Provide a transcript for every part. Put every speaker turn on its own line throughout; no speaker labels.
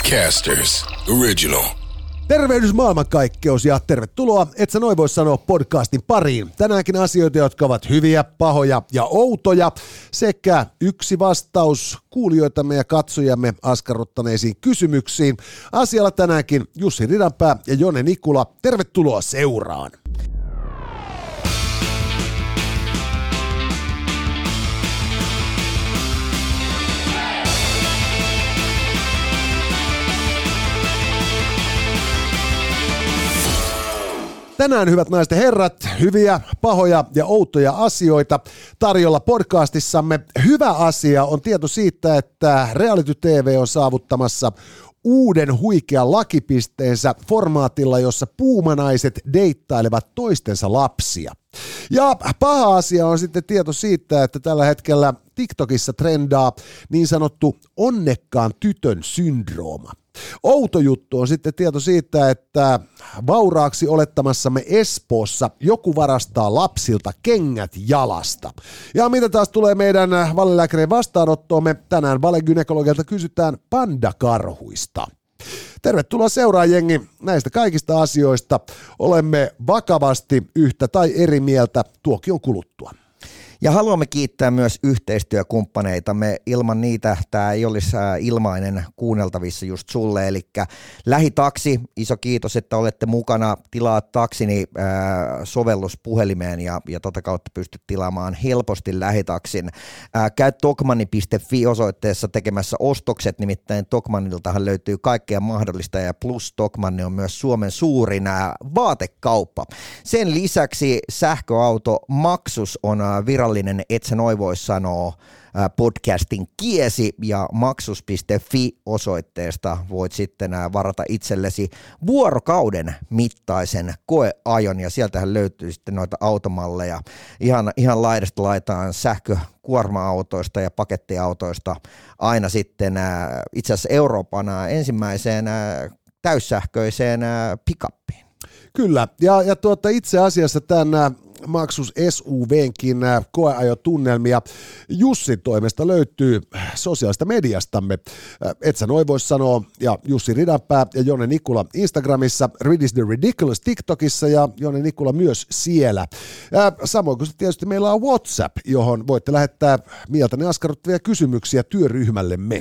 Podcasters Original.
Tervehdys maailmankaikkeus ja tervetuloa Et sä noin voi sanoa podcastin pariin. Tänäänkin asioita, jotka ovat hyviä, pahoja ja outoja sekä yksi vastaus kuulijoitamme ja katsojamme askarruttaneisiin kysymyksiin. Asialla tänäänkin Jussi Ridanpää ja Jone Nikula. Tervetuloa seuraan. Tänään, hyvät naiset ja herrat, hyviä, pahoja ja outoja asioita tarjolla podcastissamme. Hyvä asia on tieto siitä, että Reality TV on saavuttamassa uuden huikean lakipisteensä formaatilla, jossa puumanaiset deittailevat toistensa lapsia. Ja paha asia on sitten tieto siitä, että tällä hetkellä TikTokissa trendaa niin sanottu onnekkaan tytön syndrooma. Outo juttu on sitten tieto siitä, että vauraaksi olettamassamme Espoossa joku varastaa lapsilta kengät jalasta. Ja mitä taas tulee meidän valelääkärien vastaanottoomme, tänään valegynekologilta kysytään pandakarhuista. Tervetuloa seuraan, jengi. Näistä kaikista asioista olemme vakavasti yhtä tai eri mieltä tuokion kuluttua.
Ja haluamme kiittää myös yhteistyökumppaneitamme. Ilman niitä tämä ei olisi ilmainen kuunneltavissa just sulle. Eli Lähitaksi, iso kiitos, että olette mukana. Tilaa taksini sovellus puhelimeen ja tota kautta pystyt tilaamaan helposti Lähitaksin. Käy tokmanni.fi osoitteessa tekemässä ostokset, nimittäin Tokmanniltahan löytyy kaikkea mahdollista ja plus Tokmanni on myös Suomen suurin vaatekauppa. Sen lisäksi sähköauto Maxus on virallinen Et sä noin voi sanoa podcastin kiesi ja Maxus.fi osoitteesta voit sitten varata itsellesi vuorokauden mittaisen koeajon ja sieltähän löytyy sitten noita automalleja ihan laidasta laitaan sähkökuorma-autoista ja pakettiautoista aina sitten itse asiassa Euroopan ensimmäiseen täyssähköiseen pick-upiin.
Kyllä, ja itse asiassa tämän Maxus SUV:nkin koeajotunnelmia Jussin toimesta löytyy sosiaalista mediastamme. Et sä noin voi sanoa, ja Jussi Ridanpää ja Jone Nikula Instagramissa, Rid is the Ridiculous TikTokissa ja Jone Nikula myös siellä. Samoin kuin tietysti meillä on WhatsApp, johon voitte lähettää mieltäne askarruttavia kysymyksiä työryhmällemme.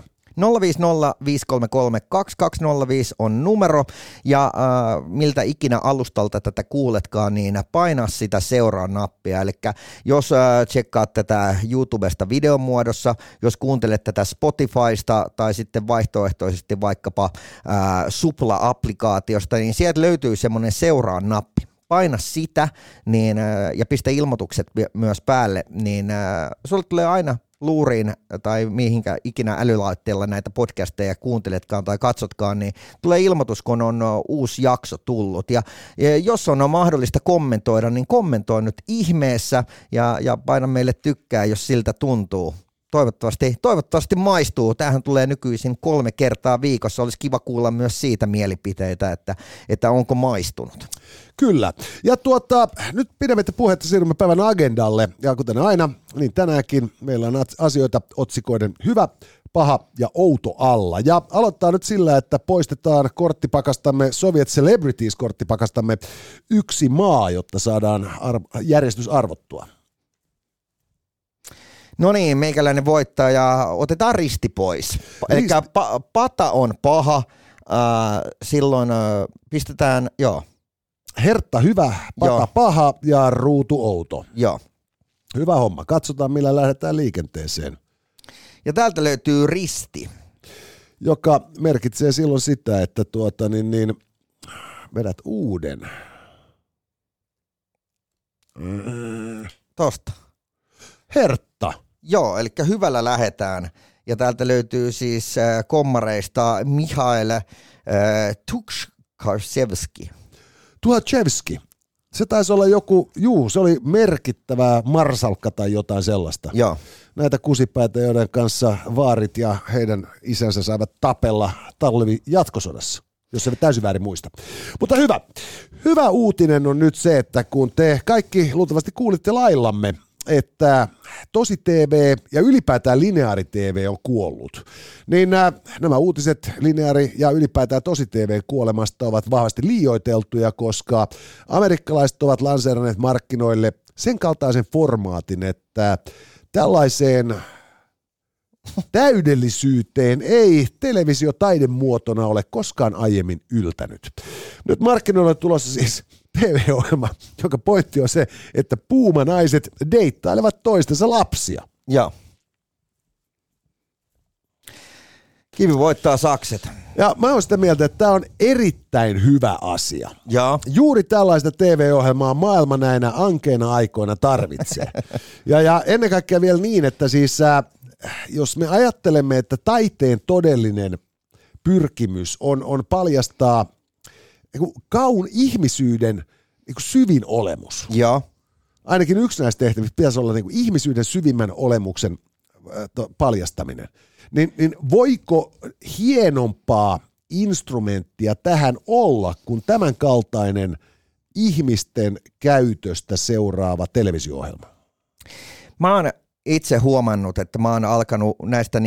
050533205 on numero ja miltä ikinä alustalta tätä kuuletkaan, niin paina sitä seuraa nappia. Eli jos tsekkaat tätä YouTubesta videon muodossa, jos kuuntelet tätä Spotifysta tai sitten vaihtoehtoisesti vaikkapa Supla-applikaatiosta, niin sieltä löytyy semmoinen seuraa nappi. Paina sitä niin, ja pistä ilmoitukset myös päälle, niin sulle tulee aina luuriin tai mihinkä ikinä älylaitteella näitä podcasteja kuunteletkaan tai katsotkaan, niin tulee ilmoitus, kun on uusi jakso tullut. Ja jos on mahdollista kommentoida, niin kommentoi nyt ihmeessä ja paina meille tykkää, jos siltä tuntuu. Toivottavasti maistuu. Tämähän tulee nykyisin 3 kertaa viikossa. Olisi kiva kuulla myös siitä mielipiteitä, että onko maistunut. Kyllä. Ja nyt pidemmittä puhetta siirrymme päivän agendalle. Ja kuten aina, niin tänäänkin meillä on asioita otsikoiden hyvä, paha ja outo alla. Ja aloittaa nyt sillä, että poistetaan korttipakastamme, Soviet Celebrities-korttipakastamme yksi maa, jotta saadaan järjestys arvottua.
No niin, meikäläinen voittaa ja otetaan risti pois. Eli pata on paha, silloin pistetään, joo.
Hertta hyvä, pata paha ja ruutu outo.
Joo.
Hyvä homma. Katsotaan, millä lähdetään liikenteeseen.
Ja täältä löytyy risti.
Joka merkitsee silloin sitä, että vedät uuden.
Tosta.
Hertta.
Joo, eli hyvällä lähdetään. Ja täältä löytyy siis kommareista Mihail Tukhachevski.
Tukhachevski. Se taisi olla se oli merkittävä marsalkka tai jotain sellaista.
Joo.
Näitä kusipäitä, joiden kanssa vaarit ja heidän isänsä saivat tapella talvi jatkosodassa, jos ei täysin väärin muista. Mutta hyvä uutinen on nyt se, että kun te kaikki luultavasti kuulitte laillamme,
että Tosi TV ja ylipäätään lineaari TV on kuollut. Niin nämä uutiset lineaari ja ylipäätään Tosi TV kuolemasta ovat vahvasti liioiteltuja, koska amerikkalaiset ovat lanseeranneet markkinoille sen kaltaisen formaatin, että tällaiseen täydellisyyteen ei televisio taidemuotona ole koskaan aiemmin yltänyt. Nyt markkinoilla on tulossa siis TV-ohjelma, jonka pointti on se, että puumanaiset deittailevat toistensa lapsia.
Joo. Kivi voittaa sakset.
Ja mä oon sitä mieltä, että tämä on erittäin hyvä asia.
Joo.
Juuri tällaista TV-ohjelmaa maailma näinä ankeina aikoina tarvitsee. Ja ennen kaikkea vielä niin, että siis jos me ajattelemme, että taiteen todellinen pyrkimys on paljastaa ihmisyyden syvin olemus.
Joo.
Ainakin yksi näistä tehtävistä pitäisi olla ihmisyyden syvimmän olemuksen paljastaminen. Niin voiko hienompaa instrumenttia tähän olla kuin tämän kaltainen ihmisten käytöstä seuraava televisio-ohjelma?
Mä oon itse huomannut, että mä oon alkanut näistä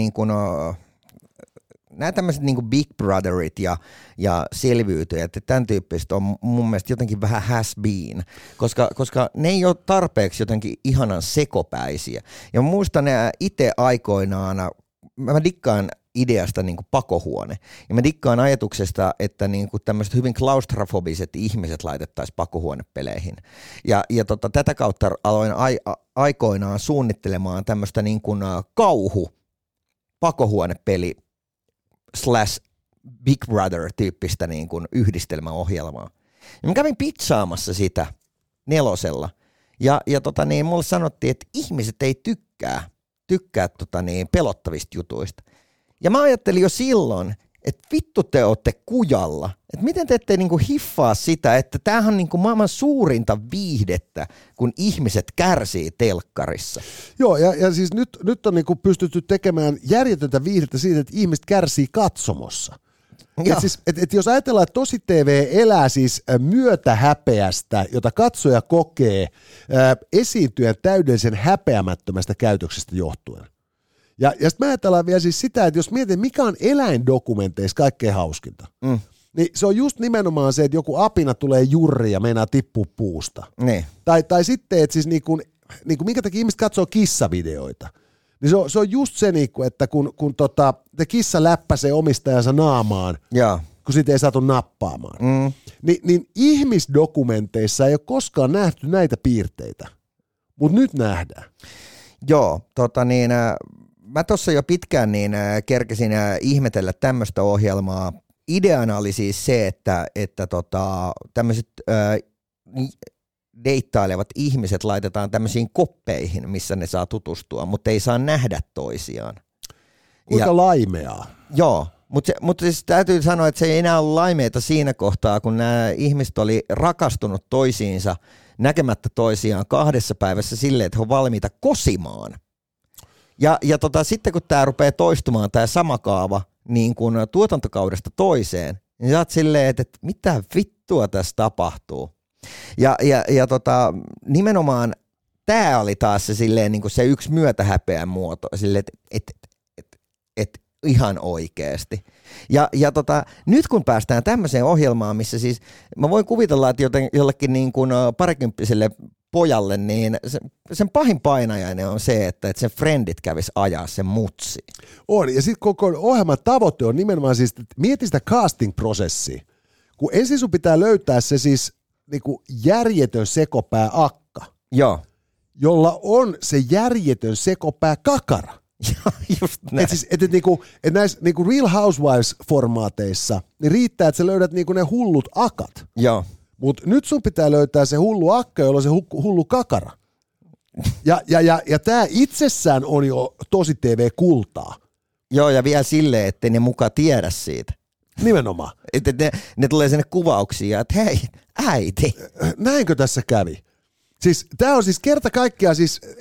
nämä tämmöiset Big Brotherit ja selviytyjät, että tämän tyyppiset on mun mielestä jotenkin vähän has been, koska ne ei ole tarpeeksi jotenkin ihanan sekopäisiä. Ja mä muistan itse aikoinaan, mä dikkaan ideasta pakohuone, ja mä dikkaan ajatuksesta, että tämmöiset hyvin klaustrofobiset ihmiset laitettaisiin pakohuonepeleihin. Ja tätä kautta aloin aikoinaan suunnittelemaan tämmöistä kauhu pakohuonepeli / Big Brother-tyyppistä yhdistelmäohjelmaa. Ja mä kävin pitsaamassa sitä 4. ja mulle sanottiin, että ihmiset ei tykkää pelottavista jutuista. Ja mä ajattelin jo silloin, että vittu te ootte kujalla. Että miten te ette hiffaa sitä, että tämähän on maailman suurinta viihdettä, kun ihmiset kärsii telkkarissa.
Joo, ja siis nyt on pystytty tekemään järjetöntä viihdettä siitä, että ihmiset kärsii katsomossa. Et jos ajatellaan, että Tosi TV elää siis myötähäpeästä, jota katsoja kokee esiintyjän täydellisen häpeämättömästä käytöksestä johtuen. Ja sitten me ajatellaan vielä siis sitä, että jos mietin, mikä on eläindokumenteissa kaikkein hauskinta, niin se on just nimenomaan se, että joku apina tulee jurri ja meinaa tippua puusta.
Niin.
Tai sitten, että siis minkä takia ihmiset katsoo kissavideoita, niin se on just se, että kun kissa läppäsee omistajansa naamaan, kun siitä ei saatu nappaamaan, niin ihmisdokumenteissa ei ole koskaan nähty näitä piirteitä, mutta nyt nähdään.
Joo, mä tuossa jo pitkään kerkesin ihmetellä tämmöistä ohjelmaa. Ideana oli siis se, että tämmöiset deittailevat ihmiset laitetaan tämmöisiin koppeihin, missä ne saa tutustua, mutta ei saa nähdä toisiaan.
Kuinka laimeaa.
Joo, mutta siis täytyy sanoa, että se ei enää ole laimeita siinä kohtaa, kun nämä ihmiset oli rakastunut toisiinsa näkemättä toisiaan 2 päivässä silleen, että he on valmiita kosimaan. Ja sitten kun tämä rupeaa toistumaan, tämä sama kaava, niin kuin tuotantokaudesta toiseen, niin sä oot silleen, että mitä vittua tässä tapahtuu. Ja nimenomaan tämä oli taas se, silleen, niin kuin se yksi myötähäpeän muoto, silleen, että ihan oikeasti. Ja nyt kun päästään tämmöiseen ohjelmaan, missä siis mä voin kuvitella, että jollekin niin kuin parikymppiselle pojalle, niin sen pahin painajainen on se, että sen friendit kävis ajaa sen mutsiin.
On, ja sitten koko ohjelman tavoite on nimenomaan siis, että mieti sitä casting-prosessia. Kun ensin sun pitää löytää se siis niinku järjetön sekopää akka,
joo,
jolla on se järjetön sekopää kakara.
Just näin.
Et näissä niinku Real Housewives-formaateissa niin riittää, että sä löydät niinku ne hullut akat.
Joo.
Mutta nyt sun pitää löytää se hullu akka, jolla on se hullu kakara. Ja tämä itsessään on jo Tosi TV-kultaa.
Joo, ja vielä silleen, ettei ne muka tiedä siitä.
Nimenomaan.
Että ne tulee sinne kuvauksiin, että hei, äiti.
Näinkö tässä kävi? Siis tämä on siis kerta kaikkiaan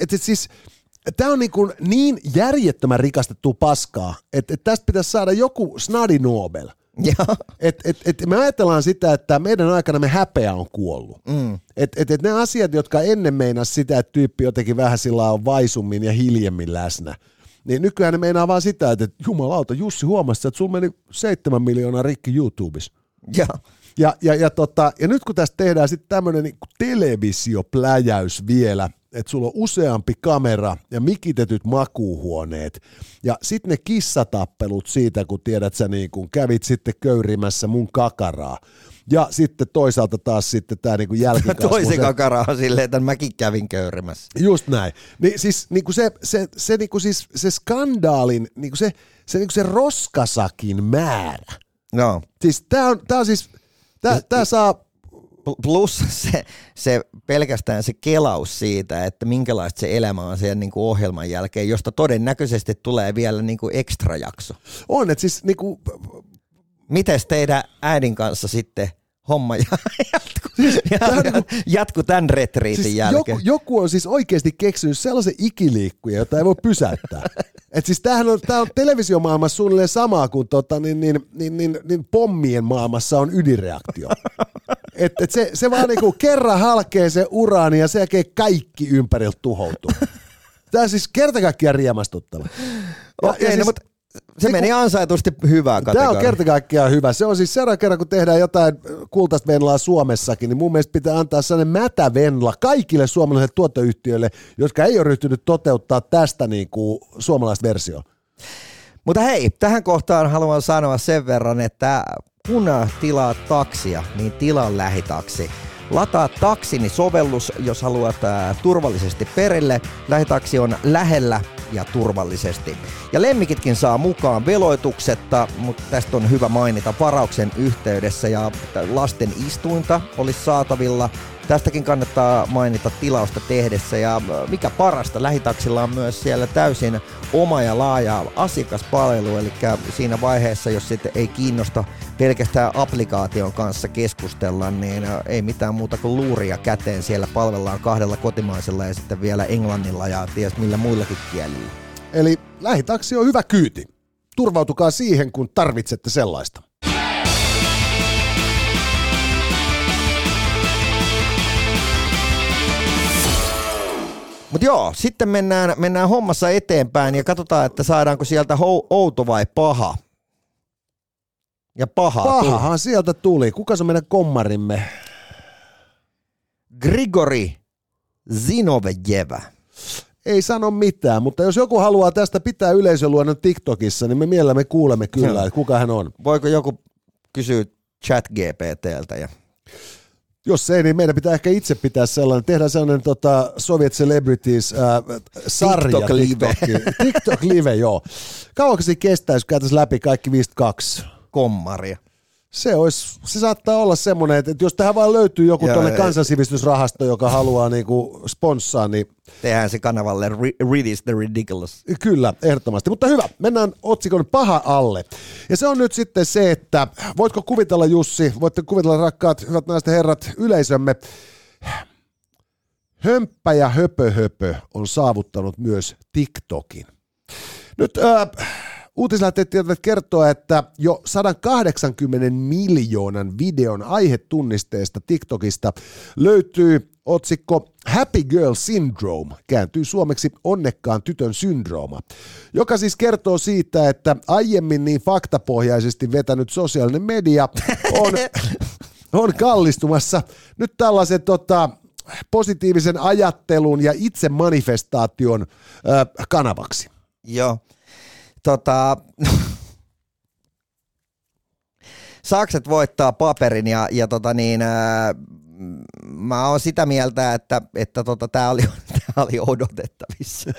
tämä on niin järjettömän rikastettua paskaa, että tästä pitäisi saada joku snadi Nobel. Et me ajatellaan sitä, että meidän aikana me häpeä on kuollut. Et ne asiat, jotka ennen meinas sitä, että tyyppi jotenkin vähän sillä on vaisummin ja hiljemmin läsnä, niin nykyään ne meinaa vaan sitä, että jumalauta, Jussi huomasi, että sulla meni 7 miljoonaa rikki YouTubessa. Ja nyt kun tästä tehdään sitten tämmöinen niin televisiopläjäys vielä, että sulla on useampi kamera ja mikitetyt makuuhuoneet ja sitten ne kissatappelut siitä, kun tiedät sä niin kun kävit sitten köyrimässä mun kakaraa. Ja sitten toisaalta taas sitten tämä niinku jälkikasvu.
Toisen kakaraa on silleen, että mäkin kävin köyrimässä.
Just näin. Niin siis niinku se skandaalin, niinku se roskasakin määrä.
No.
Siis tää on siis, tää saa...
Plus se pelkästään se kelaus siitä, että minkälaista se elämä on sen niin kuin ohjelman jälkeen, josta todennäköisesti tulee vielä niin kuin ekstra jakso.
On, että siis niin kuin...
Mites teidän äidin kanssa sitten homma jatku tämän retriitin siis jälkeen?
Joku on siis oikeasti keksinyt sellaisen ikiliikkuja, jota ei voi pysäyttää. Et siis tää on televisiomaailmassa suunnilleen samaa kuin pommien maailmassa on ydinreaktio. Se vaan niinku kerran halkee se uraani ja sen jälkeen kaikki ympäriltä tuhoutuu. Tää on siis kertakaikkiaan riemastuttava.
Okei, mutta se meni ansaitusti hyvään kategoriaan.
Tämä on kertakaikkiaan hyvä. Se on siis seuraavan kerran, kun tehdään jotain kultaista venlaa Suomessakin, niin mun mielestä pitää antaa sellainen mätävenla kaikille suomalaisille tuottoyhtiöille, jotka ei ole ryhtynyt toteuttaa tästä niin kuin suomalaista versioa.
Mutta hei, tähän kohtaan haluan sanoa sen verran, että kun tilaat taksia, niin tilaa lähitaksi. Lataa Taksini-sovellus, jos haluat turvallisesti perille. Lähitaksi on lähellä ja turvallisesti. Ja lemmikitkin saa mukaan veloituksetta, mutta tästä on hyvä mainita varauksen yhteydessä ja lasten istuinta olisi saatavilla. Tästäkin kannattaa mainita tilausta tehdessä ja mikä parasta, lähitaksilla on myös siellä täysin oma ja laaja asiakaspalvelu, eli siinä vaiheessa, jos sitten ei kiinnosta pelkästään applikaation kanssa keskustella, niin ei mitään muuta kuin luuria käteen. Siellä palvellaan 2 kotimaisella ja sitten vielä englannilla ja ties millä muillakin kielillä.
Eli lähitaksi on hyvä kyyti. Turvautukaa siihen, kun tarvitsette sellaista.
Mutta joo, sitten mennään hommassa eteenpäin ja katsotaan, että saadaanko sieltä outo vai paha. Ja
pahahan sieltä tuli. Kuka se on meidän kommarimme?
Grigori Zinovjeva.
Ei sano mitään, mutta jos joku haluaa tästä pitää yleisöluonnon TikTokissa, niin me mielellämme kuulemme kyllä, että kuka hän on.
Voiko joku kysyä ChatGPT:ltä ja...
Jos ei, niin meidän pitää ehkä itse pitää sellainen, tehdään sellainen Soviet Celebrities sarja. TikTok Live, joo. Kauanko se kestäisi, jos käytäisiin läpi kaikki 52
kommaria?
Se saattaa olla semmoinen, että jos tähän vaan löytyy joku tuonne kansansivistysrahasto, joka haluaa niinku sponssaa, niin...
Tehdään se kanavalle Read is the Ridiculous.
Kyllä, ehdottomasti. Mutta hyvä, mennään otsikon paha alle. Ja se on nyt sitten se, että voitko kuvitella, Jussi, voitte kuvitella, rakkaat, hyvät naiset ja herrat, yleisömme, hömppä ja höpö on saavuttanut myös TikTokin. Nyt... Uutislähteet kertoo, että jo 180 miljoonan videon aihetunnisteesta TikTokista löytyy otsikko Happy Girl Syndrome, kääntyy suomeksi onnekkaan tytön syndrooma, joka siis kertoo siitä, että aiemmin niin faktapohjaisesti vetänyt sosiaalinen media on kallistumassa nyt tällaisen positiivisen ajattelun ja itsemanifestaation kanavaksi.
Joo. Sakset voittaa paperin ja mä oon sitä mieltä, että tää oli odotettavissa.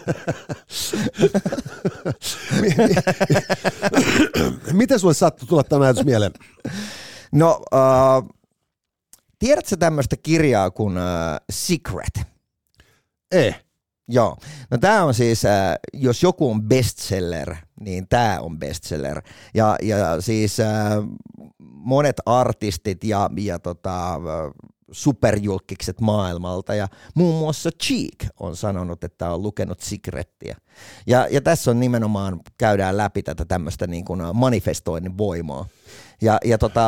Miten sulle sattui tulla tämä ajatus mieleen?
No, tiedätkö tämmöistä kirjaa kuin Secret?
Ei.
Joo, no tämä on siis, jos joku on bestseller, niin tämä on bestseller. Ja siis monet artistit ja superjulkikset maailmalta, ja muun muassa Cheek on sanonut, että on lukenut Secrettiä. Ja tässä on nimenomaan, käydään läpi tätä tämmöistä niin kuin manifestoinnin voimaa. Ja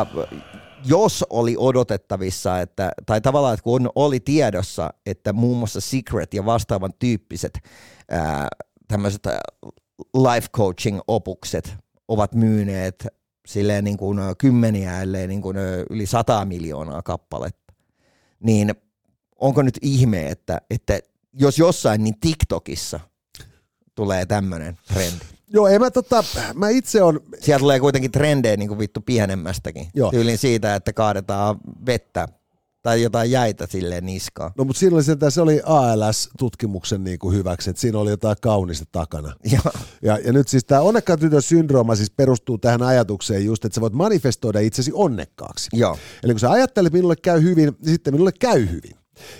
jos oli odotettavissa, tai tavallaan, että kun oli tiedossa, että muun muassa Secret ja vastaavan tyyppiset tämmöiset life coaching opukset ovat myyneet silleen niin kuin kymmeniä, ellei niin kuin yli 100 miljoonaa kappaletta, niin onko nyt ihme, että jos jossain, niin TikTokissa tulee tämmöinen trendi?
Joo, mä itse on...
Siellä tulee kuitenkin trendejä niin kuin vittu pienemmästäkin. Tyylin siitä, että kaadetaan vettä tai jotain jäitä silleen niskaan.
No mutta siinä oli se oli ALS-tutkimuksen niin kuin hyväksi, että siinä oli jotain kaunista takana. Ja nyt siis tämä onnekkaan tytön syndrooma siis perustuu tähän ajatukseen just, että sä voit manifestoida itsesi onnekkaaksi.
Joo.
Eli kun sä ajattelet, että minulle käy hyvin, niin sitten minulle käy hyvin.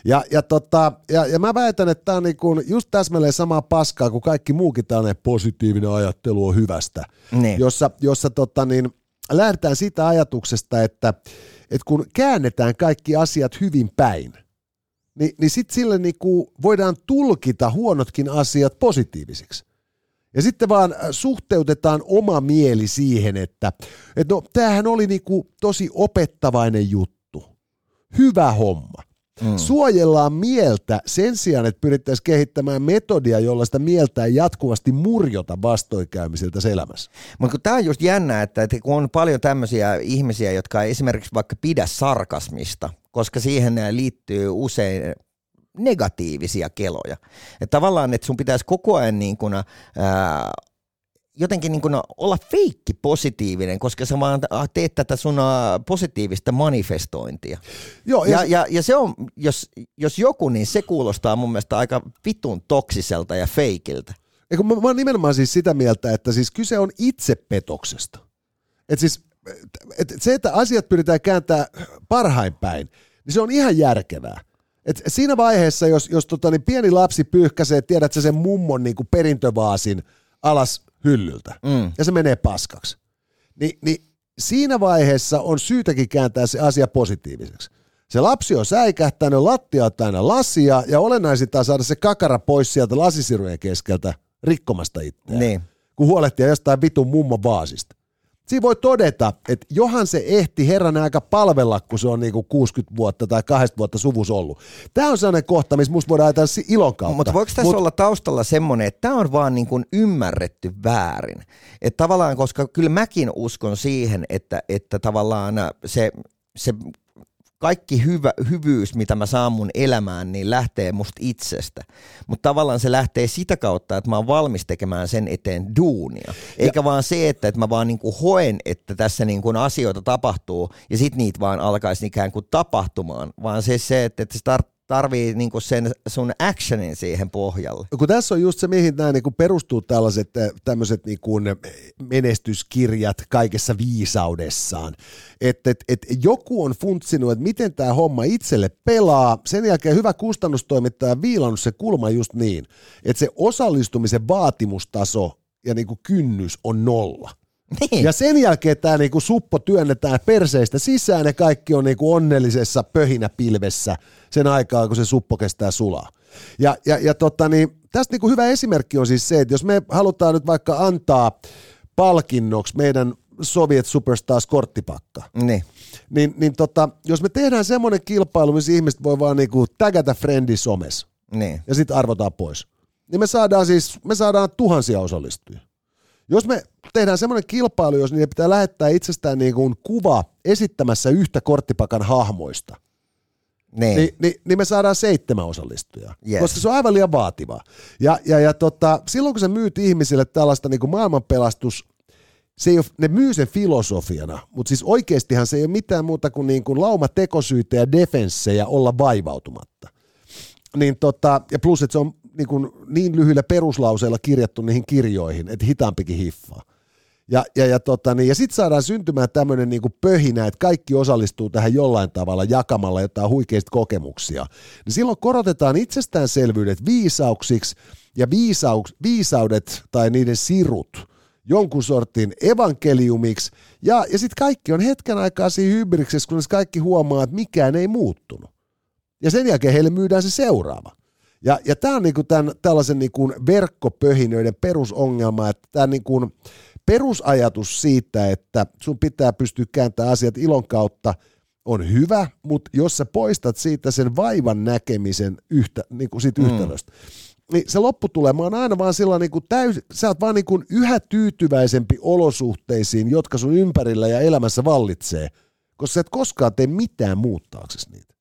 Ja mä väitän, että tämä on niinku just täsmälleen samaa paskaa kuin kaikki muukin tällainen positiivinen ajattelu on hyvästä,
niin.
jossa lähdetään siitä ajatuksesta, että kun käännetään kaikki asiat hyvin päin, niin sitten sille niinku voidaan tulkita huonotkin asiat positiivisiksi. Ja sitten vaan suhteutetaan oma mieli siihen, että no tämähän oli niinku tosi opettavainen juttu, hyvä homma. Suojellaan mieltä sen sijaan, että pyrittäisiin kehittämään metodia, jolla sitä mieltä ei jatkuvasti murjota vastoinkäymisiltä elämässä.
Mutta tämä on just jännä, että kun on paljon tämmöisiä ihmisiä, jotka ei esimerkiksi vaikka pidä sarkasmista, koska siihen liittyy usein negatiivisia keloja. Että tavallaan, että sun pitäisi koko ajan niin kuin, jotenkin niin kuin olla feikki positiivinen, koska sä vaan teet tätä sun positiivista manifestointia.
Joo,
ja se on, jos joku, niin se kuulostaa mun mielestä aika vitun toksiselta ja feikiltä.
Eikö mä oon nimenomaan siis sitä mieltä, että siis kyse on itsepetoksesta. Että se, että asiat pyritään kääntämään parhain päin, niin se on ihan järkevää. Et siinä vaiheessa, jos pieni lapsi pyyhkäisee, tiedät sä sen mummon niin kuin perintövaasin alas hyllyltä, ja se menee paskaksi, niin siinä vaiheessa on syytäkin kääntää se asia positiiviseksi. Se lapsi on säikähtänyt, lattia on täynnä lasia, ja olennaisinta on saada se kakara pois sieltä lasisirujen keskeltä rikkomasta itseään,
niin.
Kun huolehtii jostain vitun mummon vaasista. Siinä voi todeta, että johan se ehti herranen aika palvella, kun se on niinku 60 vuotta tai 2 vuotta suvus ollut. Tämä on sellainen kohta, missä musta voidaan ajatella ilon kautta.
Mutta voiko tässä olla taustalla semmoinen, että tämä on vaan niin kuin ymmärretty väärin? Että tavallaan, koska kyllä mäkin uskon siihen, että tavallaan se kaikki hyvyys, mitä mä saan mun elämään, niin lähtee musta itsestä. Mutta tavallaan se lähtee sitä kautta, että mä oon valmis tekemään sen eteen duunia. Eikä vaan se, että mä vaan niinku hoen, että tässä niinku asioita tapahtuu ja sit niitä vaan alkaisi ikään kuin tapahtumaan. Vaan se että se tarvii niinku sen sun actionin siihen pohjalle.
Kun tässä on just se, mihin nämä niinku perustuu tämmöiset niinku menestyskirjat kaikessa viisaudessaan. Että joku on funtsinut, että miten tämä homma itselle pelaa. Sen jälkeen hyvä kustannustoimittaja on viilannut se kulma just niin, että se osallistumisen vaatimustaso ja niinku kynnys on 0.
Niin.
Ja sen jälkeen tämä niinku suppo työnnetään perseistä sisään ja kaikki on niinku onnellisessa pöhinäpilvessä sen aikaa, kun se suppo kestää sulaa. Ja tästä niinku hyvä esimerkki on siis se, että jos me halutaan nyt vaikka antaa palkinnoksi meidän Soviet Superstars -korttipakka, niin jos me tehdään semmoinen kilpailu, missä ihmiset voi vaan niinku tägätä friendi somessa ja sitten arvotaan pois, niin me saadaan tuhansia osallistujia. Jos me tehdään semmoinen kilpailu, jos niiden pitää lähettää itsestään niin kuin kuva esittämässä yhtä korttipakan hahmoista, niin me saadaan 7 osallistujaa, koska se on aivan liian vaativaa. Ja silloin kun sä myyt ihmisille tällaista niin kuin maailmanpelastus, se ei ole, ne myy sen filosofiana, mutta siis oikeastihan se ei ole mitään muuta kuin, lauma tekosyitä ja defenssejä olla vaivautumatta. Ja plus, että se on niin lyhyillä peruslauseilla kirjattu niihin kirjoihin, että hitaampikin hiffaa. Ja sitten saadaan syntymään tämmöinen niinku pöhinä, että kaikki osallistuu tähän jollain tavalla jakamalla jotain huikeista kokemuksia. Niin silloin korotetaan itsestäänselvyydet viisauksiksi ja viisaudet tai niiden sirut jonkun sortin evankeliumiksi, ja sitten kaikki on hetken aikaa siinä hybriksessä, kunnes kaikki huomaa, että mikään ei muuttunut. Ja sen jälkeen heille myydään se seuraava. Ja tämä on niinku tällaisen niinku verkkopöhinöiden perusongelma, että tämä niinku perusajatus siitä, että sun pitää pystyä kääntämään asiat ilon kautta, on hyvä, mutta jos sä poistat siitä sen vaivan näkemisen siitä yhtälöstä, niin se lopputulema on aina vaan sillä niinku sä oot vaan niinku yhä tyytyväisempi olosuhteisiin, jotka sun ympärillä ja elämässä vallitsee, koska sä et koskaan tee mitään muuttaaksesi niitä.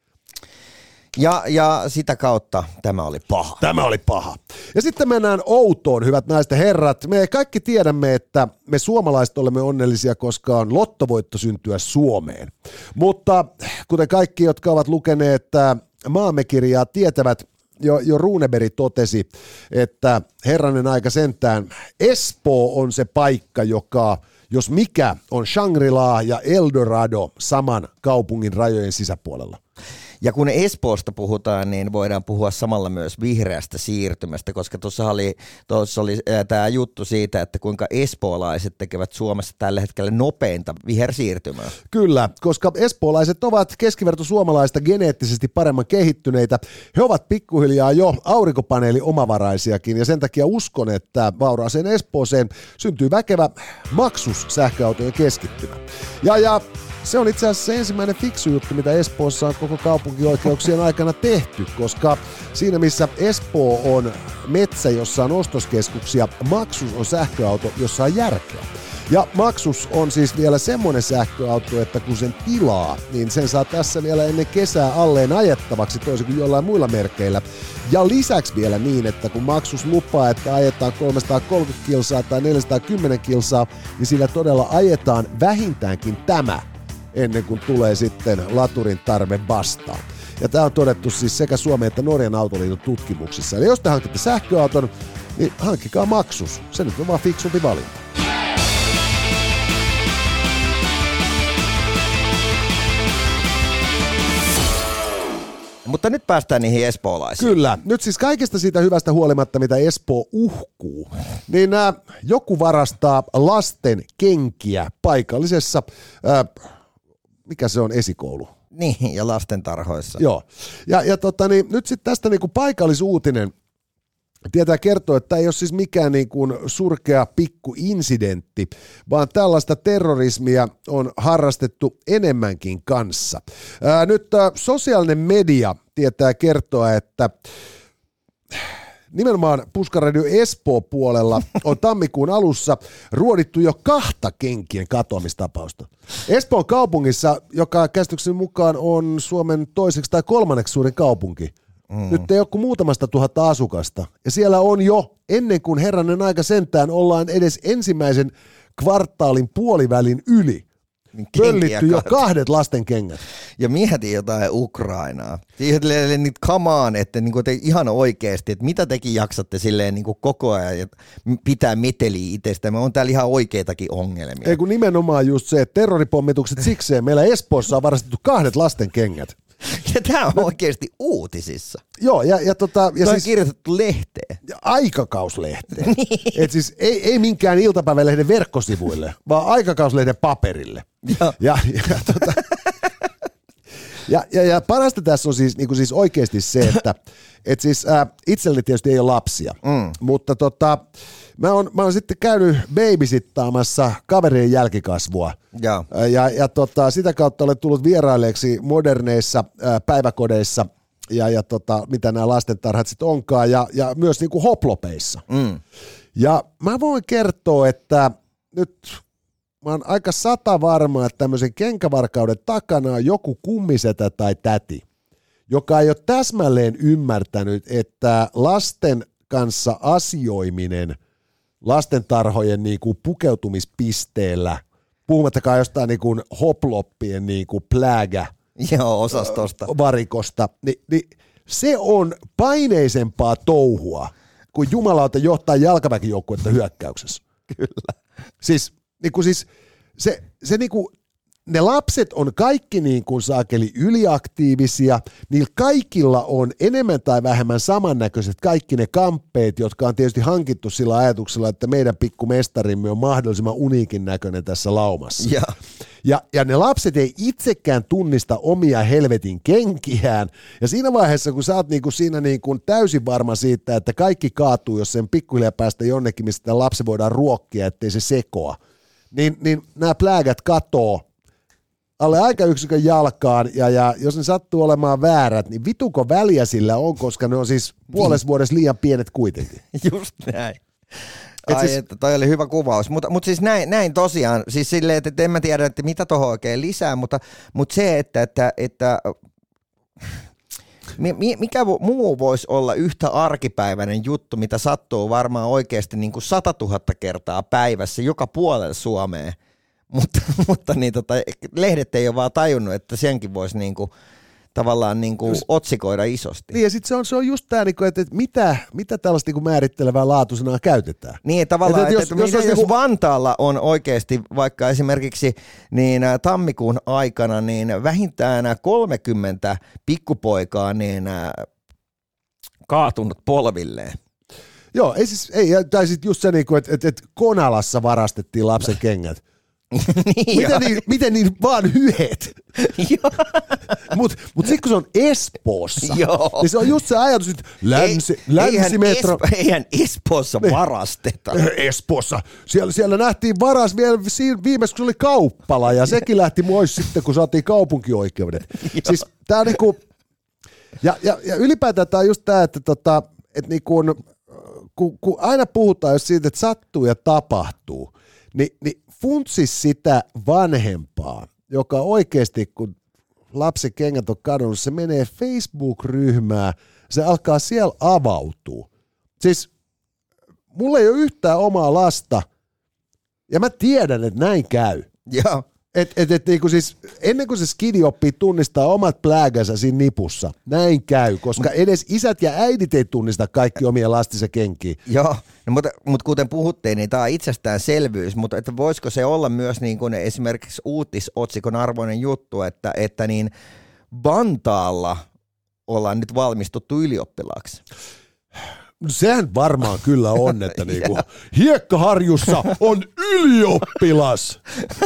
Ja sitä kautta tämä oli paha.
Tämä oli paha. Ja sitten mennään outoon, hyvät naiset ja herrat. Me kaikki tiedämme, että me suomalaiset olemme onnellisia, koska on lottovoitto syntyä Suomeen. Mutta kuten kaikki, jotka ovat lukeneet Maamme-kirjaa, tietävät, jo Runeberg totesi, että herranen aika sentään, Espoo on se paikka, joka, jos mikä, on Shangri-La ja Eldorado saman kaupungin rajojen sisäpuolella.
Ja kun Espoosta puhutaan, niin voidaan puhua samalla myös vihreästä siirtymästä, koska tuossa oli tämä juttu siitä, että kuinka espoolaiset tekevät Suomessa tällä hetkellä nopeinta vihersiirtymää.
Kyllä, koska espoolaiset ovat keskiverto suomalaista geneettisesti paremman kehittyneitä. He ovat pikkuhiljaa jo aurinkopaneeli-omavaraisiakin, ja sen takia uskon, että vauraaseen Espooseen syntyy väkevä maksus sähköautojen keskittymä. Ja se on itse asiassa se ensimmäinen fiksu juttu, mitä Espoossa on koko kaupunkioikeuksien aikana tehty, koska siinä missä Espoo on metsä, jossa on ostoskeskuksia, Maxus on sähköauto, jossa on järkeä. Ja Maxus on siis vielä semmoinen sähköauto, että kun sen tilaa, niin sen saa tässä vielä ennen kesää alleen ajettavaksi toisin kuin jollain muilla merkeillä. Ja lisäksi vielä niin, että kun Maxus lupaa, että ajetaan 330 kilsaa tai 410 kilsaa, niin sillä todella ajetaan vähintäänkin tämä, ennen kuin tulee sitten laturin tarve vastaan. Ja tämä on todettu siis sekä Suomen että Norjan autoliiton tutkimuksissa. Eli jos te hankitte sähköauton, niin hankkikaa Maxus. Se nyt on vaan fiksumpi valinta.
Mutta nyt päästään niihin espoolaisiin.
Kyllä. Nyt siis kaikesta siitä hyvästä huolimatta, mitä Espoo uhkuu, niin joku varastaa lasten kenkiä paikallisessa, mikä se on, esikoulu?
Niin, ja lastentarhoissa.
Joo. Ja nyt sitten tästä niinku paikallisuutinen tietää kertoa, että tämä ei ole siis mikään niinku surkea pikkuinsidentti, vaan tällaista terrorismia on harrastettu enemmänkin kanssa. Nyt sosiaalinen media tietää kertoa, että nimenomaan Puskaradio Espoo-puolella on tammikuun alussa ruodittu jo 2 kenkien katoamistapausta. Espoon kaupungissa, joka käsitykseni mukaan on Suomen toiseksi tai 3. suurin kaupunki, nyt ei ole kuin muutamasta 1000 asukasta. Ja siellä on jo, ennen kuin herranen aika sentään, ollaan edes ensimmäisen kvartaalin puolivälin yli pöllitty jo 2 lastenkengät.
Ja mieti jotain Ukrainaa. Niin come on, että niinku te ihan oikeasti, että mitä tekin jaksatte silleen niinku koko ajan ja pitää meteliä itsestä. Me on täällä ihan oikeitakin ongelmia.
Ei kun nimenomaan just se, että terroripommitukset sikseen. Meillä Espoossa on varastettu 2 lastenkengät.
Ja tämä on oikeasti uutisissa.
Joo, ja
siis,
on
kirjoitettu lehteen.
Aikakauslehteen. Et siis ei minkään iltapäivälehden verkkosivuille, vaan aikakauslehden paperille. Ja parasta tässä on siis oikeasti se, että siis itselleni tietysti ei ole lapsia, mutta mä oon sitten käynyt babysittaamassa kaverien jälkikasvua. Ja sitä kautta olen tullut vierailleeksi moderneissa päiväkodeissa ja mitä nämä lastentarhat sitten onkaan ja myös niinku hoplopeissa. Ja mä voin kertoa, että nyt mä oon aika 100 varma, että tämmöisen kenkävarkauden takana on joku kummisetä tai täti, joka ei ole täsmälleen ymmärtänyt, että lasten kanssa asioiminen lastentarhojen niinku pukeutumispisteellä, puhumattakaan jostain niinku hoploppien niinku
osastosta,
varikosta, niin se on paineisempaa touhua kuin jumalauta johtaa jalkaväkijoukkuetta hyökkäyksessä.
Kyllä.
Siis se ne lapset on kaikki niin kuin saakeli yliaktiivisia, niillä kaikilla on enemmän tai vähemmän samannäköiset kaikki ne kamppeet, jotka on tietysti hankittu sillä ajatuksella, että meidän pikkumestarimme on mahdollisimman uniikin näköinen tässä laumassa. Ja ne lapset ei itsekään tunnista omia helvetin kenkiään, ja siinä vaiheessa, kun sä oot niinku siinä niinku täysin varma siitä, että kaikki kaatuu, jos sen pikkuhiljaa päästä jonnekin, mistä lapsi voidaan ruokkia, ettei se sekoa, niin nämä pläägät katoo alle aikayksikön jalkaan, ja jos ne sattuu olemaan väärät, niin vituko väliä sillä on, koska ne on siis puolessa vuodessa liian pienet kuitenkin.
Just näin. Että toi oli hyvä kuvaus, mutta siis näin tosiaan, siis silleen, että en mä tiedä, että mitä tuohon oikein lisää, mutta se, että mikä muu voisi olla yhtä arkipäiväinen juttu, mitä sattuu varmaan oikeasti niin kuin 100 000 kertaa päivässä joka puolella Suomea, mutta niin lehdet ei ole vaan tajunnut, että senkin voisi niinku tavallaan niinku otsikoida isosti.
Niin ja sitten se on just tämä, että mitä tällaista niinku määrittelevää laatusanaa käytetään.
Niin tavallaan, jos Vantaalla on oikeasti vaikka esimerkiksi niin tammikuun aikana niin vähintään 30 pikkupoikaa niin kaatunut polvilleen.
Joo, tai sitten just se, että Konalassa varastettiin lapsen kengät. Miten niin vaan hyet? Mutta sitten kun se on Espoossa, niin se on just se ajatus, että länsimetro...
Eihän Espoossa varasteta.
Espoossa. Siellä nähtiin varas vielä viimeis, kun se oli kauppala, ja sekin lähti pois sitten, kun saatiin kaupunkioikeudet. Siis tää on niinku... Ja ylipäätään tää on just tää, että niinku, kun aina puhutaan just siitä, että sattuu ja tapahtuu, niin funtsis sitä vanhempaa, joka oikeasti, kun lapsen kengät on kadonnut, se menee Facebook-ryhmään, se alkaa siellä avautua. Siis mulla ei ole yhtään omaa lasta, ja mä tiedän, että näin käy.
Joo.
Niinku siis, ennen kuin se skidi oppii tunnistaa omat pläägänsä siinä nipussa, näin käy, koska edes isät ja äidit ei tunnista kaikki omia lastensa kenkiä.
Joo, no, mutta kuten puhuttiin, niin tämä on itsestäänselvyys, mutta että voisiko se olla myös niin kuin esimerkiksi uutisotsikon arvoinen juttu, että niin Vantaalla ollaan nyt valmistuttu ylioppilaaksi?
Sehän varmaan kyllä on, että niinku Hiekkaharjussa on ylioppilas.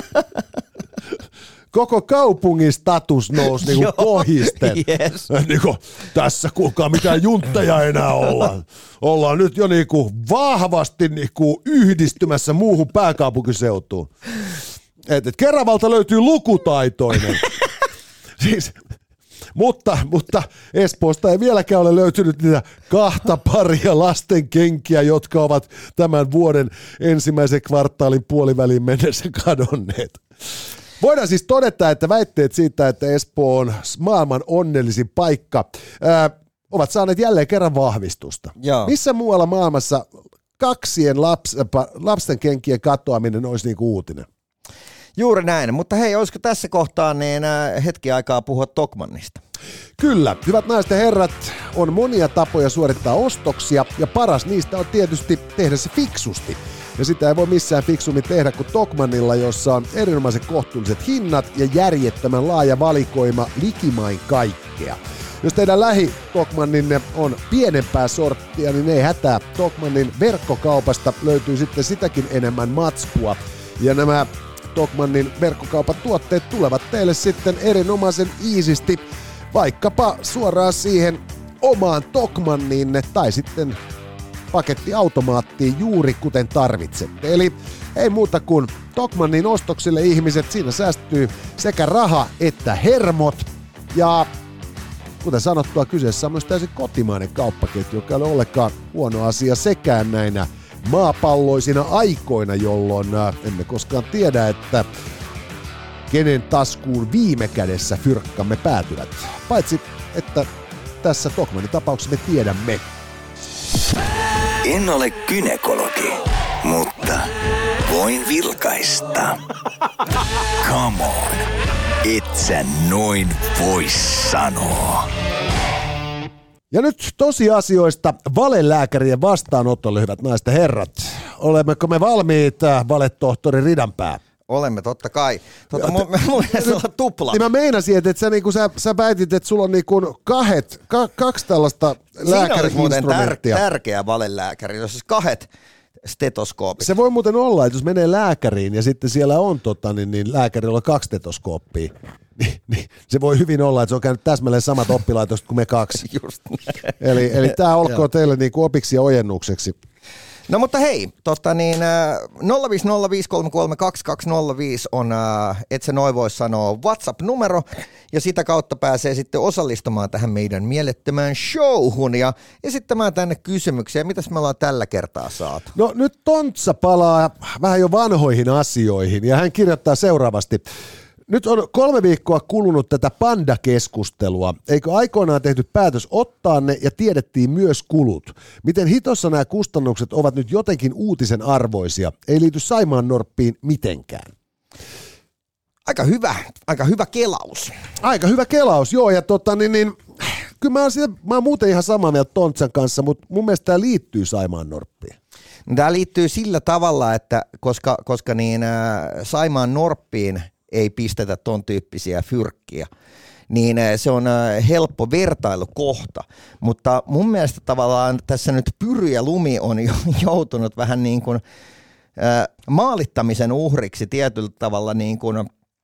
Koko kaupungin status nousi niinku kohisten.
Yes.
Niinku, tässä kuulkaa mitään juntteja enää ollaan. Ollaan nyt jo niinku vahvasti niinku yhdistymässä muuhun pääkaupunkiseutuun. Et Keravalta löytyy lukutaitoinen. Siis... Mutta Espoosta ei vieläkään ole löytynyt niitä 2 paria lastenkenkiä, jotka ovat tämän vuoden ensimmäisen kvartaalin puoliväliin mennessä kadonneet. Voidaan siis todeta, että väitteet siitä, että Espoo on maailman onnellisin paikka, ovat saaneet jälleen kerran vahvistusta.
Joo.
Missä muualla maailmassa kaksien lapsen kenkien katoaminen olisi niin kuin uutinen?
Juuri näin, mutta hei, olisiko tässä kohtaa niin hetki aikaa puhua Tokmannista?
Kyllä, hyvät naiset ja herrat, on monia tapoja suorittaa ostoksia ja paras niistä on tietysti tehdä se fiksusti. Ja sitä ei voi missään fiksummin tehdä kuin Tokmannilla, jossa on erinomaisen kohtuulliset hinnat ja järjettömän laaja valikoima likimain kaikkea. Jos teidän lähi-Tokmanninne on pienempää sorttia, niin ei hätää. Tokmannin verkkokaupasta löytyy sitten sitäkin enemmän matskua. Ja nämä Tokmannin verkkokaupan tuotteet tulevat teille sitten erinomaisen iisisti vaikkapa suoraan siihen omaan Tokmanniinne tai sitten pakettiautomaattiin juuri kuten tarvitsette. Eli ei muuta kuin Tokmannin ostoksille ihmiset, siinä säästyy sekä raha että hermot. Ja kuten sanottua, kyseessä on myös täysin kotimainen kauppaketju, joka ei ole ollenkaan huono asia sekään näinä maapalloisina aikoina, jolloin emme koskaan tiedä, että kenen taskuun viime kädessä fyrkkamme päätyvät. Paitsi, että tässä Tokmannin tapauksessa me tiedämme.
En ole gynekologi, mutta voin vilkaista. Come on, et sä noin voi sanoa.
Ja nyt tosiasioista valelääkärien vastaanotolle, hyvät naiset ja herrat. Olemmeko me valmiit, valetohtori Ridanpää?
Olemme totta kai. Mulla ei olla tupla.
Niin mä meinasin, että sä väitit, että sulla on kaksi tällaista lääkäri-instrumenttia.
Siinä olisi muuten tärkeä valelääkäri, jos siis 2 stetoskoopit.
Se voi muuten olla, että jos menee lääkäriin ja sitten siellä on niin lääkärillä on 2 stetoskooppia, niin se voi hyvin olla, että se on käynyt täsmälleen samat oppilaitokset kuin me 2.
Just
eli tämä olkoon teille niinku opiksi ja ojennukseksi.
No mutta hei, 050533205 on, et sä noin voi sanoa, WhatsApp-numero, ja sitä kautta pääsee sitten osallistumaan tähän meidän mielettömään showhun ja esittämään tänne kysymyksiä. Mitäs me ollaan tällä kertaa saatu?
No nyt Tontsa palaa vähän jo vanhoihin asioihin, ja hän kirjoittaa seuraavasti. Nyt on 3 viikkoa kulunut tätä panda-keskustelua. Eikö aikoinaan tehty päätös ottaa ne ja tiedettiin myös kulut? Miten hitossa nämä kustannukset ovat nyt jotenkin uutisen arvoisia? Ei liity Saimaannorppiin mitenkään.
Aika hyvä kelaus.
Aika hyvä kelaus, joo. Ja kyllä mä oon muuten ihan samaa mieltä Tontsan kanssa, mutta mun mielestä tämä liittyy Saimaannorppiin.
Tämä liittyy sillä tavalla, että koska Saimaannorppiin ei pistetä ton tyyppisiä fyrkkiä, niin se on helppo vertailukohta. Mutta mun mielestä tavallaan tässä nyt Pyry ja Lumi on joutunut vähän niin kuin maalittamisen uhriksi tietyllä tavalla niin kuin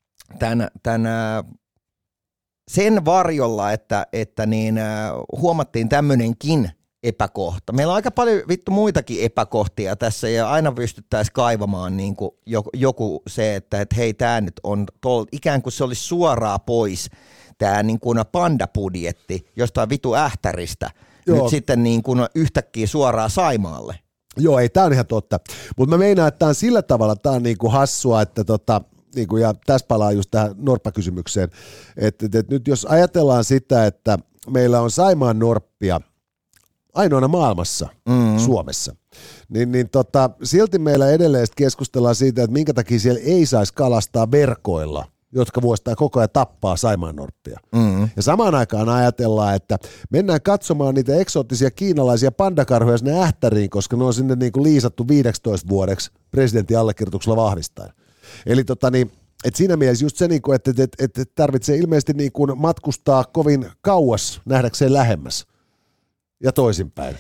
sen varjolla, että huomattiin tämmöinenkin epäkohta. Meillä on aika paljon muitakin epäkohtia tässä ja aina pystyttäisiin kaivamaan niin kuin joku se, että hei, tämä nyt on ikään kuin se olisi suoraan pois tämä niin kuin pandabudjetti jostain vitu ähtäristä. Joo. Nyt sitten niin kuin yhtäkkiä suoraan Saimaalle.
Joo, ei, tämä on ihan totta. Mutta mä meinaan, että tämä on sillä tavalla, tämä on niin kuin hassua, että niin ja tässä palaa just tähän norppakysymykseen, että nyt jos ajatellaan sitä, että meillä on Saimaan norppia ainoana maailmassa Suomessa, niin silti meillä edelleen keskustellaan siitä, että minkä takia siellä ei saisi kalastaa verkoilla, jotka vuosittain koko ajan tappaa saimaannorppia. Ja samaan aikaan ajatellaan, että mennään katsomaan niitä eksoottisia kiinalaisia pandakarhuja sinne ähtäriin, koska ne on sinne niin kuin liisattu 15 vuodeksi presidentin allekirjoituksella vahvistaen. Eli et siinä mielessä just se, että tarvitsee ilmeisesti niin kuin matkustaa kovin kauas nähdäkseen lähemmäs. Ja toisinpäin.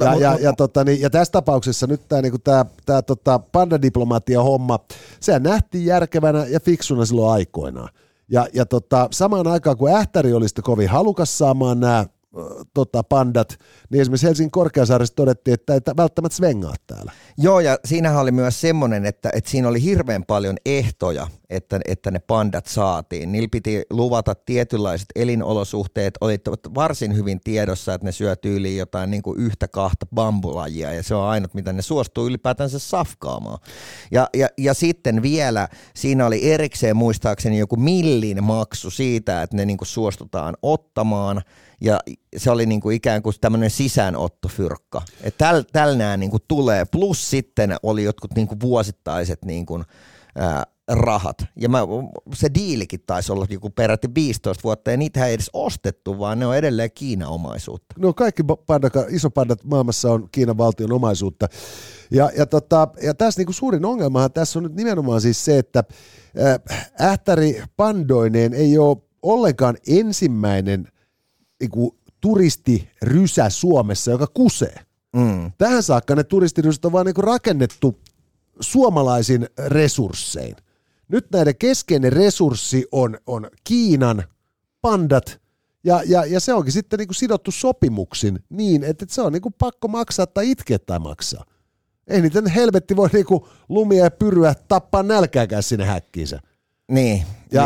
Ja tässä tapauksessa nyt tämä pandadiplomatia-homma, sehän nähtiin järkevänä ja fiksuna silloin aikoinaan. Ja samaan aikaan, kun ähtäri oli sitten kovin halukas saamaan nämä pandat, niin esimerkiksi Helsingin Korkeasaaressa todettiin, että ei välttämättä svengaa täällä.
Joo, ja siinähän oli myös semmoinen, että siinä oli hirveän paljon ehtoja, että ne pandat saatiin. Niillä piti luvata tietynlaiset elinolosuhteet, oli varsin hyvin tiedossa, että ne syö tyyliin jotain niin kuin 1-2 bambulajia, ja se on ainut, mitä ne suostuu ylipäätänsä safkaamaan. Ja sitten vielä siinä oli erikseen muistaakseni joku millin maksu siitä, että ne niin kuin suostutaan ottamaan, ja se oli niin kuin ikään kuin tämmöinen sisäänottofyrkka. Tällä nämä niin kuin tulee, plus sitten oli jotkut niin kuin vuosittaiset niin kuin, rahat. Ja se diilikin taisi olla joku peräti 15 vuotta, ja niitä ei edes ostettu, vaan ne on edelleen Kiinan omaisuutta.
No kaikki isopandat maailmassa on Kiinan valtion omaisuutta. Ja tässä niin kuin suurin ongelmahan tässä on nyt nimenomaan siis se, että ähtäri pandoineen ei ole ollenkaan ensimmäinen niinku turistirysä Suomessa, joka kusee. Tähän saakka ne turistirysät on vaan niinku rakennettu suomalaisin resurssein. Nyt näiden keskeinen resurssi on Kiinan pandat, ja se onkin sitten niinku sidottu sopimuksin niin, että se on niinku pakko maksaa tai itkeä tai maksaa. Ei niitä helvetti voi niinku lumia ja pyryä tappaa nälkääkään sinne häkkiinsä.
Niin.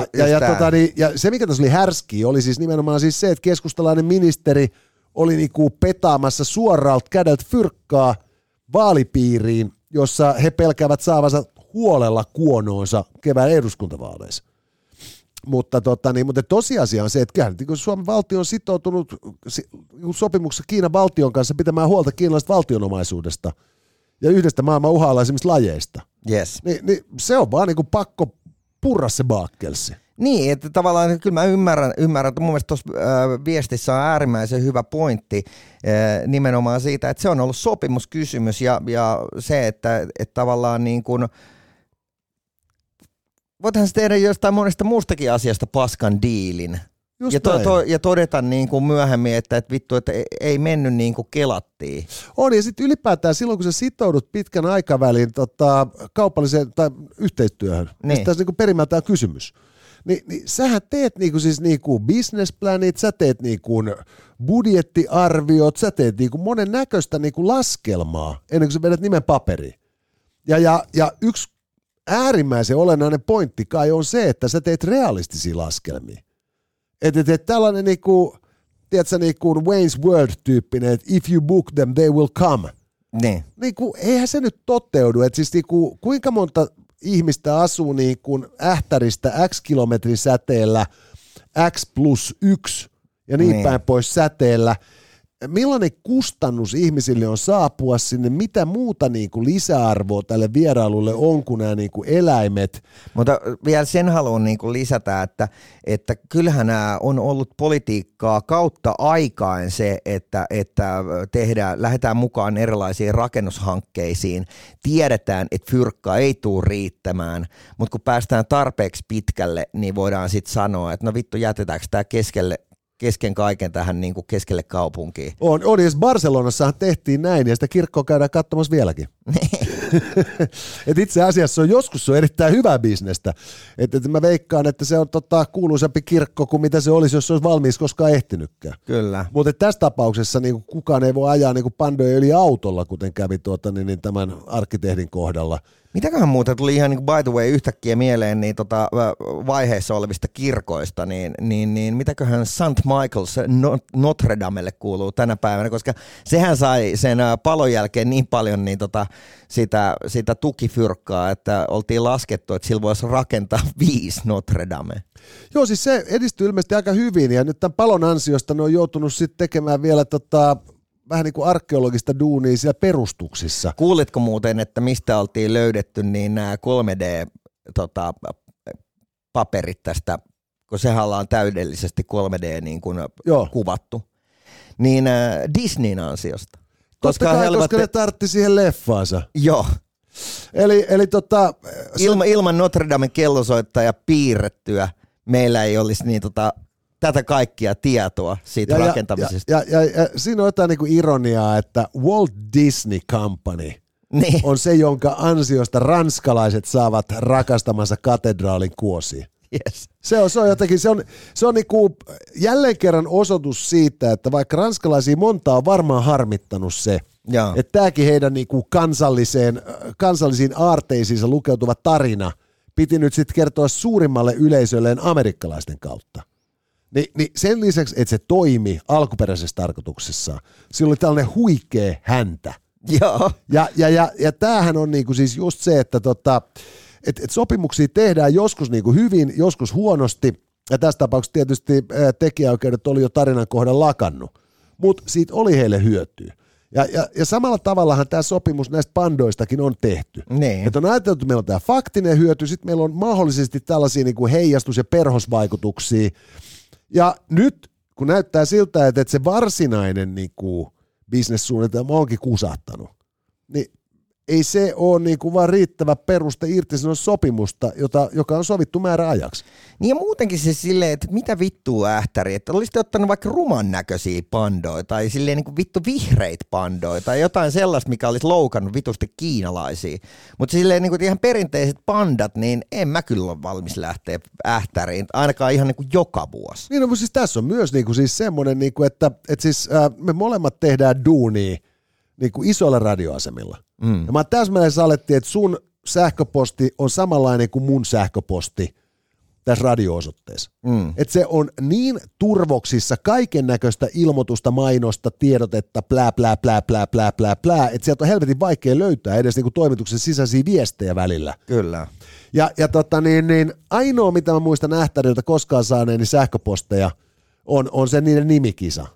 Ja se, mikä tässä oli härskiä, oli siis nimenomaan siis se, että keskustalainen ministeri oli niinku petaamassa suoralta kädeltä fyrkkaa vaalipiiriin, jossa he pelkäävät saavansa huolella kuonoonsa kevään eduskuntavaaleissa. Mutta tosiasia on se, että kyllä Suomen valtio on sitoutunut sopimuksessa Kiinan valtion kanssa pitämään huolta kiinalaisesta valtionomaisuudesta ja yhdestä maailman uhanalaisimmista lajeista.
Yes.
Niin se on vaan niinku pakko purra se baakkelsi.
Niin, että tavallaan kyllä mä ymmärrän, että mun mielestä tuossa viestissä on äärimmäisen hyvä pointti nimenomaan siitä, että se on ollut sopimuskysymys ja se, että tavallaan niin kuin voithan se tehdä jostain monesta muustakin asiasta paskan diilin. Ja todeta niin kuin myöhemmin, että vittu, että ei mennyt niin kuin kelattiin.
On, ja sitten ylipäätään silloin, kun sä sitoudut pitkän aikavälin kaupalliseen tai yhteistyöhön, niin tässä niin kuin perimmältään kysymys. Niin sähän teet niinku siis niinku businessplanit, sä teet niinku budjettiarviot, sä teet niinku monen näköistä niinku laskelmaa ennen kuin sä vedät nimen paperiin. Ja yksi äärimmäisen olennainen pointti kai on se, että sä teet realistisia laskelmia. Että tällainen niinku, tiedätkö, niinku Wayne's World-tyyppinen, että if you book them, they will come. Niinku, eihän se nyt toteudu. Että siis niinku, kuinka monta ihmistä asuu niin kuin Ähtäristä X kilometrin säteellä X+1 ja niin päin pois säteellä. Millainen kustannus ihmisille on saapua sinne? Mitä muuta niin kuin lisäarvoa tälle vierailulle on kuin nämä niin kuin eläimet?
Mutta vielä sen haluan niin kuin lisätä, että kyllähän nämä on ollut politiikkaa kautta aikaan se, että lähdetään mukaan erilaisiin rakennushankkeisiin. Tiedetään, että fyrkka ei tule riittämään, mutta kun päästään tarpeeksi pitkälle, niin voidaan sitten sanoa, että no vittu, jätetäänkö tämä kesken kaiken tähän niin kuin keskelle kaupunkiin.
On, ja Barcelonassahan tehtiin näin, ja sitä kirkkoa käydään katsomassa vieläkin. Et itse asiassa joskus on erittäin hyvää bisnestä. Et mä veikkaan, että se on kuuluisampi kirkko kuin mitä se olisi, jos se olisi valmiiksi koskaan ehtinytkään.
Kyllä.
Mutta tässä tapauksessa niin kukaan ei voi ajaa niin pandoja yli autolla, kuten kävi tämän arkkitehdin kohdalla.
Mitäköhän muuta tuli ihan niin by the way yhtäkkiä mieleen niin vaiheessa olevista kirkoista, niin mitäköhän St. Michael's Notre Damelle kuuluu tänä päivänä, koska sehän sai sen palon jälkeen niin paljon niin sitä tukifyrkkaa, että oltiin laskettu, että sillä voisi rakentaa 5 Notre Damea.
Joo, siis se edistyi ilmeisesti aika hyvin, ja nyt tämän palon ansiosta ne on joutunut sitten tekemään vielä vähän niin kuin arkeologista duunia siellä perustuksissa.
Kuulitko muuten, että mistä oltiin löydetty niin nämä 3D-paperit tästä, kun sehän ollaan täydellisesti 3D niin kuin kuvattu, niin Disneyn ansiosta.
Koska ne tartti siihen leffaansa.
Joo.
Eli
ilman Notre Damen kellosoittajaa piirrettyä meillä ei olisi niin tätä kaikkia tietoa siitä rakentamisesta.
Ja siinä on jotain niin kuin ironiaa, että Walt Disney Company on se, jonka ansiosta ranskalaiset saavat rakastamansa katedraalin kuosiin.
Yes.
Se on jotenkin, se on niin kuin jälleen kerran osoitus siitä, että vaikka ranskalaisia montaa on varmaan harmittanut se, että tämäkin heidän niin kuin kansallisiin aarteisiinsa lukeutuva tarina piti nyt sitten kertoa suurimmalle yleisölleen amerikkalaisten kautta. Niin sen lisäksi, että se toimi alkuperäisessä tarkoituksessa, sillä oli tällainen huikea häntä.
Joo.
Ja tämähän on niinku siis just se, että et sopimuksia tehdään joskus niinku hyvin, joskus huonosti, ja tässä tapauksessa tietysti tekijäoikeudet oli jo tarinan kohdan lakannut, mutta siitä oli heille hyötyä. Ja samalla tavallahan tämä sopimus näistä pandoistakin on tehty.
Niin.
Että on ajateltu, että meillä on tämä faktinen hyöty, sitten meillä on mahdollisesti tällaisia niinku heijastus- ja perhosvaikutuksia. Ja nyt, kun näyttää siltä, että se varsinainen niinku bisnessuunnitelma onkin kusahtanut, niin ei se ole niinku vaan riittävä peruste irtisanoa sopimusta, joka on sovittu määräajaksi.
Niin ja muutenkin se silleen, että mitä vittua Ähtäri, että olisitte ottanut vaikka ruman näköisiä pandoja tai silleen niin kuin vittu vihreitä pandoja tai jotain sellaista, mikä olisi loukannut vitusti kiinalaisia. Mutta silleen niin kuin ihan perinteiset pandat, niin en mä kyllä ole valmis lähteä Ähtäriin, ainakaan ihan niin kuin joka vuosi.
Niin no, siis tässä on myös niin kuin siis semmoinen, niin kuin, että siis, me molemmat tehdään duunia niin kuin isoilla radioasemilla. Ja mä täsmälleen salettiin, että sun sähköposti on samanlainen kuin mun sähköposti tässä radio-osoitteessa. Että se on niin turvoksissa kaiken näköistä ilmoitusta, mainosta, tiedotetta, plää, että sieltä on helvetin vaikea löytää edes niinku toimituksen sisäisiä viestejä välillä.
Kyllä.
Ja ainoa, mitä mä muistan Ähtäriltä koskaan saaneeni sähköposteja, on se niiden nimikisa.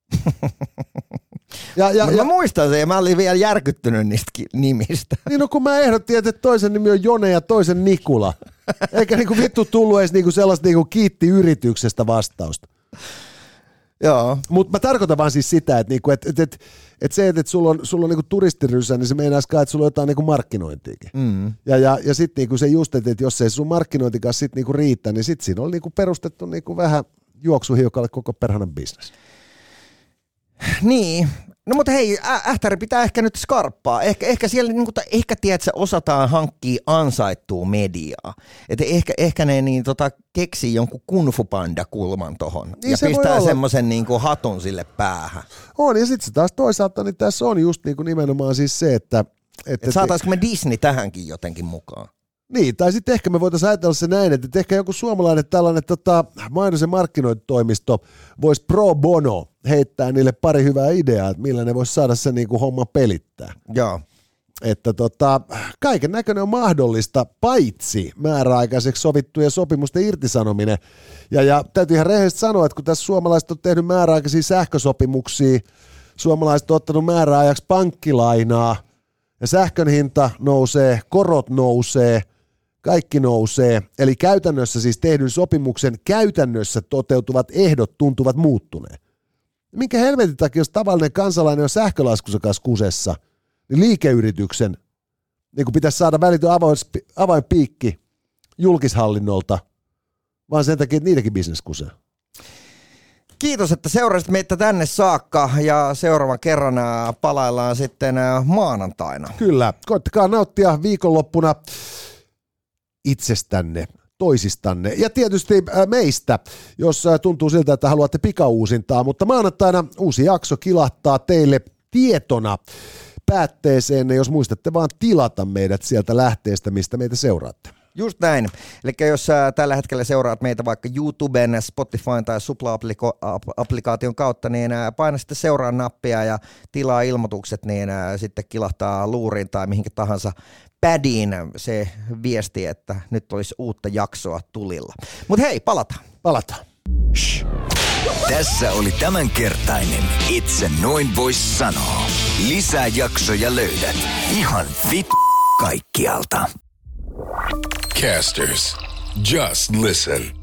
Mä muistan sen ja mä olin vielä järkyttynyt niistä nimistä.
Niin no kun mä ehdottiin, että toisen nimi on Jone ja toisen Nikula. Eikä niinku vittu tullut edes niinku sellaista niinku kiitti yrityksestä vastausta.
Joo.
Mutta mä tarkoitan vaan siis sitä, että niinku, se, että sulla on niinku turistirysä, niin se meinaisi kai, että sulla on jotain niinku markkinointiakin. Ja sitten niinku se just, että jos ei sun markkinointikaan sit niinku riittää, niin sitten siinä oli niinku perustettu niinku vähän juoksuhiukalle koko perhanan bisnes.
Niin. No mutta hei, Ähtäri pitää ehkä nyt skarppaa. Ehkä siellä niin tiedätkö, osataan hankkia ansaittua mediaa. Että ehkä ne niin, keksii jonkun Kung Fu Panda-kulman tohon niin ja pistää semmoisen niin hatun sille päähän.
On, ja sitten se taas toisaalta, niin tässä on just niin kuin nimenomaan siis se, että
saataisiko me Disney tähänkin jotenkin mukaan?
Niin, tai sitten ehkä me voitaisiin ajatella se näin, että ehkä joku suomalainen tällainen mainos- ja markkinointitoimisto voisi pro bono heittää niille pari hyvää ideaa, että millä ne voisi saada se niinku homma pelittää.
Joo.
Että kaiken näköinen on mahdollista, paitsi määräaikaiseksi sovittujen sopimusten irtisanominen. Ja täytyy ihan rehellisesti sanoa, että kun tässä suomalaiset on tehnyt määräaikaisia sähkösopimuksia, suomalaiset on ottanut määräajaksi pankkilainaa, ja sähkön hinta nousee, korot nousee, kaikki nousee. Eli käytännössä siis tehdyn sopimuksen käytännössä toteutuvat ehdot tuntuvat muuttuneen. Minkä helvetin takia, jos tavallinen kansalainen on sähkölaskunsa kanssa kusessa, niin liikeyrityksen niin kun pitäisi saada välitön avainpiikki julkishallinnolta, vaan sen takia, että niidenkin bisnes kusee.
Kiitos, että seurasit meitä tänne saakka ja seuraavan kerran palaillaan sitten maanantaina.
Kyllä, koittakaa nauttia viikonloppuna itsestänne, toisistanne ja tietysti meistä, jos tuntuu siltä, että haluatte pikauusintaa, mutta maanantaina uusi jakso kilahtaa teille tietona päätteeseenne, jos muistatte vaan tilata meidät sieltä lähteestä, mistä meitä seuraatte.
Just näin. Eli jos tällä hetkellä seuraat meitä vaikka YouTuben, Spotifyn tai Supla-applikaation kautta, niin paina sitten seuraa nappia ja tilaa ilmoitukset, niin sitten kilahtaa luuriin tai mihinkä tahansa pädiin se viesti, että nyt olisi uutta jaksoa tulilla. Mutta hei, palataan.
Shh. Tässä oli tämänkertainen Itse noin vois sanoa. Lisää jaksoja löydät ihan kaikkialta.
Casters, just listen.